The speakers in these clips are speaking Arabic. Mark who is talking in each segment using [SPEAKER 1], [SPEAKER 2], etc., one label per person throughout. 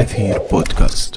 [SPEAKER 1] أثير بودكاست.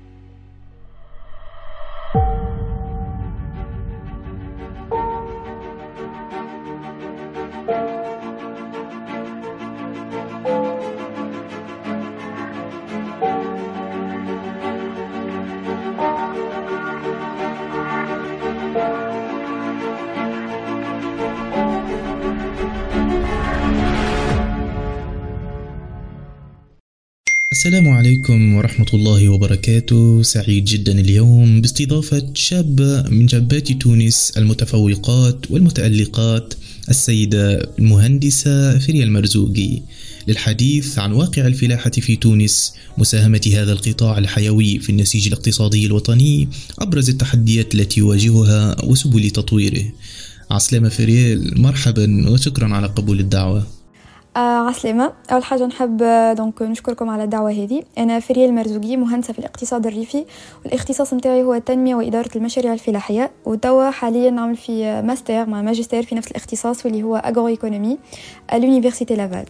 [SPEAKER 2] السلام عليكم ورحمة الله وبركاته. سعيد جدا اليوم باستضافة شابة من شابات تونس المتفوقات والمتألقات، السيدة المهندسة فريا المرزوقي، للحديث عن واقع الفلاحة في تونس، مساهمة هذا القطاع الحيوي في النسيج الاقتصادي الوطني، أبرز التحديات التي يواجهها وسبل تطويره. عسلامة فريال، مرحبا وشكرا على قبول الدعوة.
[SPEAKER 3] عسلامة. أول حاجة نحب نشكركم على الدعوة هذه. أنا فريا المرزوقي، مهندسة في الاقتصاد الريفي، والاختصاص متاعي هو التنمية وإدارة المشاريع الفلاحية، وتوا حاليا نعمل في ماستر مع ماجستير في نفس الاختصاص واللي هو أغرو إيكونومي اليونيفرسيتي لافال.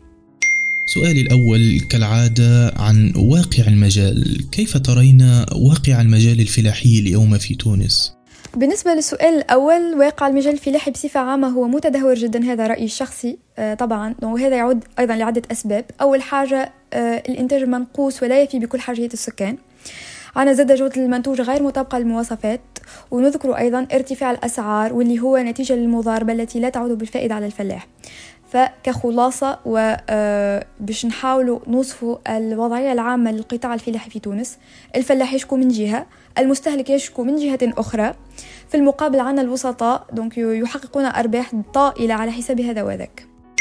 [SPEAKER 2] سؤالي الأول كالعادة عن واقع المجال، كيف ترين واقع المجال الفلاحي اليوم في تونس؟
[SPEAKER 3] بالنسبة للسؤال الأول، واقع المجال الفلاحي بصفة عامة هو متدهور جدا، هذا رأيي الشخصي طبعا، وهذا يعود أيضا لعدة أسباب. أول حاجة الإنتاج منقوص ولا يفي بكل حاجيات السكان، عنا زاد جودة المنتوج غير مطابقة للمواصفات، ونذكر أيضا ارتفاع الأسعار واللي هو نتيجة للمضاربة التي لا تعود بالفائدة على الفلاح. فكخلاصة وباش نحاولوا نوصفوا الوضعية العامة للقطاع الفلاحي في تونس، الفلاح يشكو من جهة، المستهلك يشكو من جهة أخرى، في المقابل عنا الوسطاء يحققون أرباح طائلة على حساب هذا وذاك.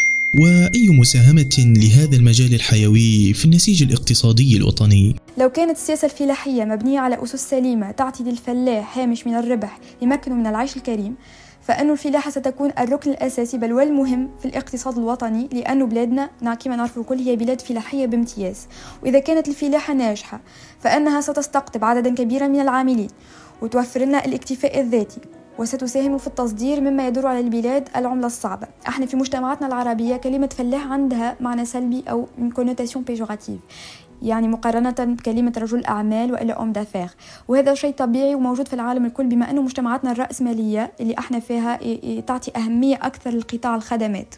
[SPEAKER 2] وأي مساهمة لهذا المجال الحيوي في النسيج الاقتصادي الوطني؟
[SPEAKER 3] لو كانت السياسة الفلاحية مبنية على أسس سليمة تعطي للفلاح هامش من الربح يمكنه من العيش الكريم، فإنه الفلاحة ستكون الركن الأساسي بل والمهم في الاقتصاد الوطني، لأنه بلادنا كما نعرف الكل هي بلاد فلاحية بامتياز. وإذا كانت الفلاحة ناجحة فإنها ستستقطب عددا كبيرا من العاملين وتوفر لنا الاكتفاء الذاتي، وستساهم في التصدير مما يدور على البلاد العملة الصعبة. احنا في مجتمعاتنا العربية كلمة فلاح عندها معنى سلبي أو كونوتاسيون بيجوراتيف، يعني مقارنة بكلمة رجل أعمال وإلا أم دافير، وهذا شيء طبيعي وموجود في العالم الكل، بما أنه مجتمعاتنا الرأسمالية اللي احنا فيها تعطي أهمية أكثر لقطاع الخدمات.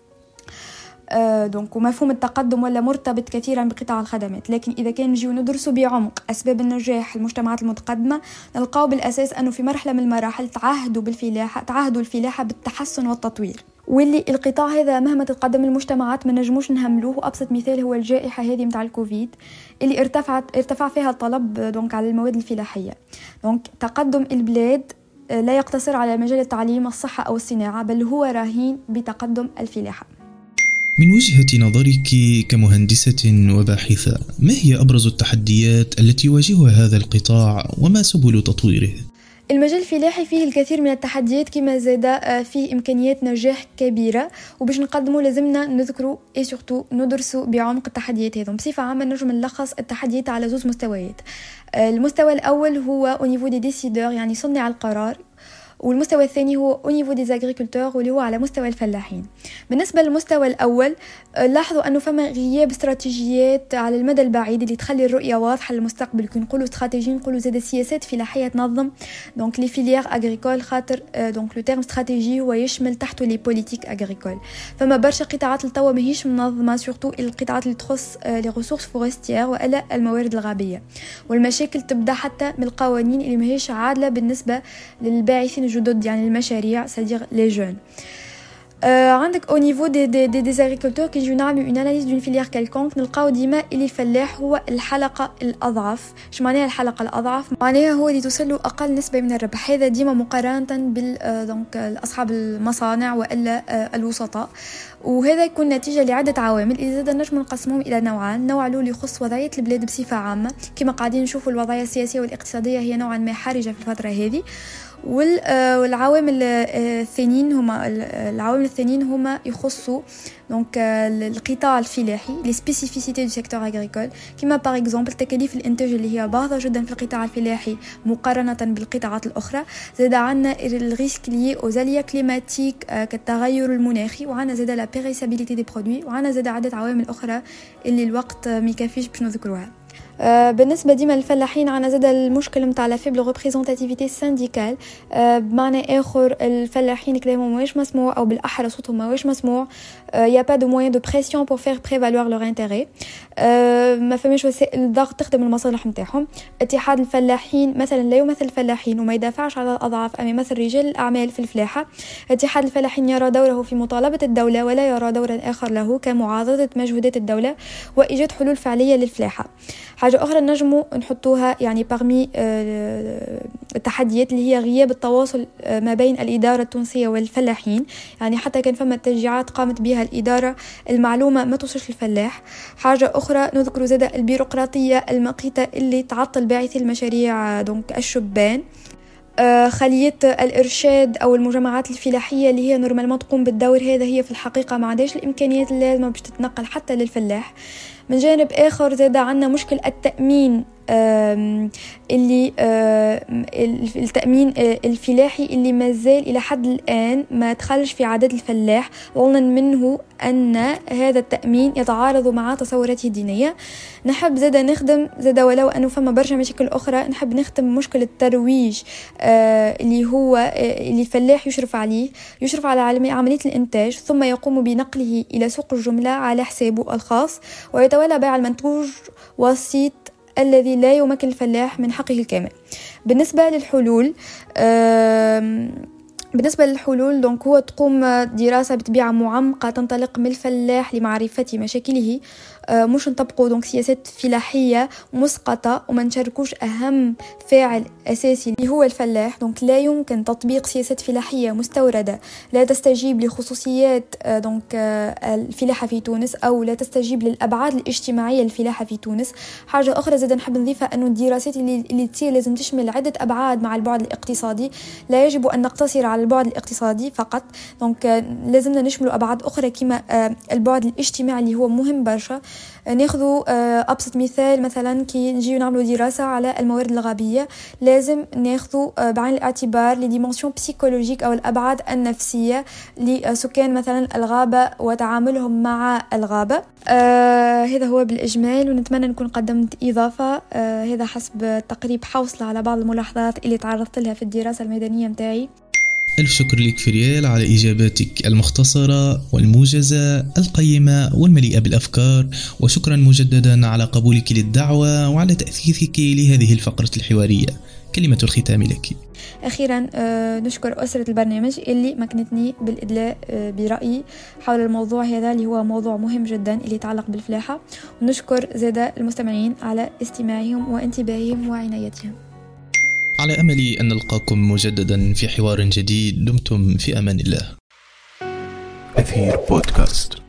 [SPEAKER 3] ومفهوم التقدم ولا مرتبط كثيرا بقطاع الخدمات. لكن إذا كان نجيو ندرسوا بعمق أسباب النجاح المجتمعات المتقدمة، نلقاو بالأساس أنه في مرحلة من المراحل تعهدوا الفلاحة بالتحسن والتطوير، واللي القطاع هذا مهما تتقدم المجتمعات ما نجموش نهملوه. أبسط مثال هو الجائحة هذه متاع الكوفيد اللي ارتفع فيها الطلب على المواد الفلاحية. تقدم البلاد لا يقتصر على مجال التعليم، الصحة أو الصناعة، بل هو رهين بتقدم الفلاحة.
[SPEAKER 2] من وجهة نظرك كمهندسة وباحثة، ما هي أبرز التحديات التي يواجهها هذا القطاع وما سبل تطويره؟
[SPEAKER 3] المجال الفلاحي فيه الكثير من التحديات، كما زاد فيه إمكانيات نجاح كبيرة، وباش نقدمه لازمنا نذكروا ندرسوا بعمق التحديات هذه. بصفة عامة نجم نلخص التحديات على 2 مستويات. المستوى الأول هو au niveau des décideurs، يعني صنع القرار، والمستوى الثاني هو au niveau des agriculteurs واللي هو على مستوى الفلاحين. بالنسبة للمستوى الأول، لاحظوا أنه فما غياب استراتيجيات على المدى البعيد اللي تخلي الرؤية واضحة للمستقبل. كي نقولوا استراتيجي نقولوا زاد سياسات فلاحية تنظم لي فيليير أغريكول، خاطر لو تيرم استراتيجي هو يشمل تحته لي بوليتيك أغريكول. فما برشا قطاعات لتوا ماهيش منظمة، سورتو القطاعات اللي تخص لي ريسورس فورستيير وإلا الموارد الغابية، والمشاكل تبدأ حتى من القوانين اللي ماهيش عادلة بالنسبة للباعثين الجدد، يعني المشاريع سادير لي جون. عندك au niveau des agriculteurs كي نجيو نعملوا une analyse d'une filière quelconque، نلقاو ديما اللي الفلاح هو الحلقة الأضعف. شو معناها الحلقة الأضعف؟ معناها هو اللي توصل له أقل نسبة من الربح، هذا ديما مقارنة بال أصحاب المصانع وإلا الوسطاء، وهذا يكون نتيجة لعدة عوامل. إذا زاد نجم نقسمهم إلى نوعان. نوع الأول يخص وضعية البلاد بصفة عامة، كما قاعدين نشوفوا الوضعية السياسية والاقتصادية هي نوعا ما حرجة في الفترة هذه، والعوامل الثانيين هما يخصوا القطاع الفلاحي، لي سبيسيفيسيتي دو سيكتور اغريكول، كما باغ اكزومبل تكاليف الانتاج اللي هي باهظه جدا في القطاع الفلاحي مقارنه بالقطاعات الاخرى. زاد عندنا الريسك لي او زاليا كليماتيك كالتغير المناخي، وعندنا زاد لا بيريسابيليتي دي برودوي، وعندنا زاد عده عوامل اخرى اللي الوقت ما يكفيش باش نذكروها. بالنسبة ديما للفلاحين عنا زاد المشكل متاع لا فيبل ريبريزونتاتيفيتي سينديكال، بمعنى آخر الفلاحين كلامهم ماهوش مسموع، أو بالأحرى صوتهم ماهوش مسموع. يا با دو موين دو بريسيون بور فير بريفالوار لور انتيري، ما فماش وسائل الضغط تخدم المصالح نتاعهم. اتحاد الفلاحين مثلا لا يمثل الفلاحين وما يدافعش على الأضعاف، أما يمثل رجال الأعمال في الفلاحة. اتحاد الفلاحين يرى دوره في مطالبة الدولة ولا يرى دورا آخر له كمعارضة مجهودات الدولة وإيجاد حلول فعلية للفلاحة. حاجة أخرى نجمو نحطوها يعني parmi التحديات اللي هي غياب التواصل ما بين الإدارة التونسية والفلاحين، يعني حتى كان فما تشجيعات قامت بها الإدارة المعلومة ما توصلش للفلاح. حاجة أخرى نذكر زاد البيروقراطية المقيتة اللي تعطل باعثي المشاريع دونك الشبان. خلية الإرشاد أو المجمعات الفلاحية اللي هي نورمالمون تقوم بالدور هذا، هي في الحقيقة ما عندهاش الإمكانيات اللازمة باش تتنقل حتى للفلاح. من جانب آخر زاد عنا مشكل التأمين اللي التأمين الفلاحي اللي مازال إلى حد الآن ما دخلش في عادات الفلاح، ظنا منه أن هذا التأمين يتعارض مع تصوراته الدينية. نحب زاد نخدم زاد ولو أنه فما برشا مشاكل أخرى، نحب نخدم مشكل الترويج اللي هو اللي الفلاح يشرف على عملية الإنتاج ثم يقوم بنقله إلى سوق الجملة على حسابه الخاص، ويتولى بيع المنتوج وسيط الذي لا يمكن الفلاح من حقه الكامل. بالنسبة للحلول دونك هو تقوم دراسة بطبيعة معمقة تنطلق من الفلاح لمعرفة مشاكله، مش نطبقوا دونك سياسات فلاحية مسقطة وما نشاركوش أهم فاعل أساسي اللي هو الفلاح. دونك لا يمكن تطبيق سياسات فلاحية مستوردة لا تستجيب لخصوصيات دونك الفلاحة في تونس أو لا تستجيب للأبعاد الاجتماعية للفلاحة في تونس. حاجة أخرى زاد نحب نضيفها أنه الدراسات اللي تصير لازم تشمل عدة أبعاد مع البعد الاقتصادي، لا يجب أن نقتصر على البعد الاقتصادي فقط، دونك لازمنا نشمل أبعاد أخرى كما البعد الاجتماعي اللي هو مهم برشا. ناخذوا أبسط مثال مثلا كي نجيو نعملوا دراسة على الموارد الغابية، لازم ناخذوا بعين الاعتبار لي ديمونسيون بسيكولوجيك أو الأبعاد النفسية لسكان مثلا الغابة وتعاملهم مع الغابة. هذا هو بالإجمال، ونتمنى نكون قدمت إضافة. هذا حسب تقريب حوصلة على بعض الملاحظات اللي تعرضت لها في الدراسة الميدانية متاعي.
[SPEAKER 2] ألف شكر لك فريال على إجاباتك المختصرة والموجزة القيمة والمليئة بالأفكار، وشكرا مجددا على قبولك للدعوة وعلى تأثيرك لهذه الفقرة الحوارية. كلمة الختام لك.
[SPEAKER 3] أخيرا نشكر أسرة البرنامج اللي مكنتني بالإدلاء برأيي حول الموضوع هذا اللي هو موضوع مهم جدا اللي يتعلق بالفلاحة، ونشكر زاد المستمعين على استماعهم وانتباههم وعنايتهم.
[SPEAKER 2] على أمل أن نلقاكم مجددا في حوار جديد. دمتم في أمان الله.
[SPEAKER 1] أثير بودكاست.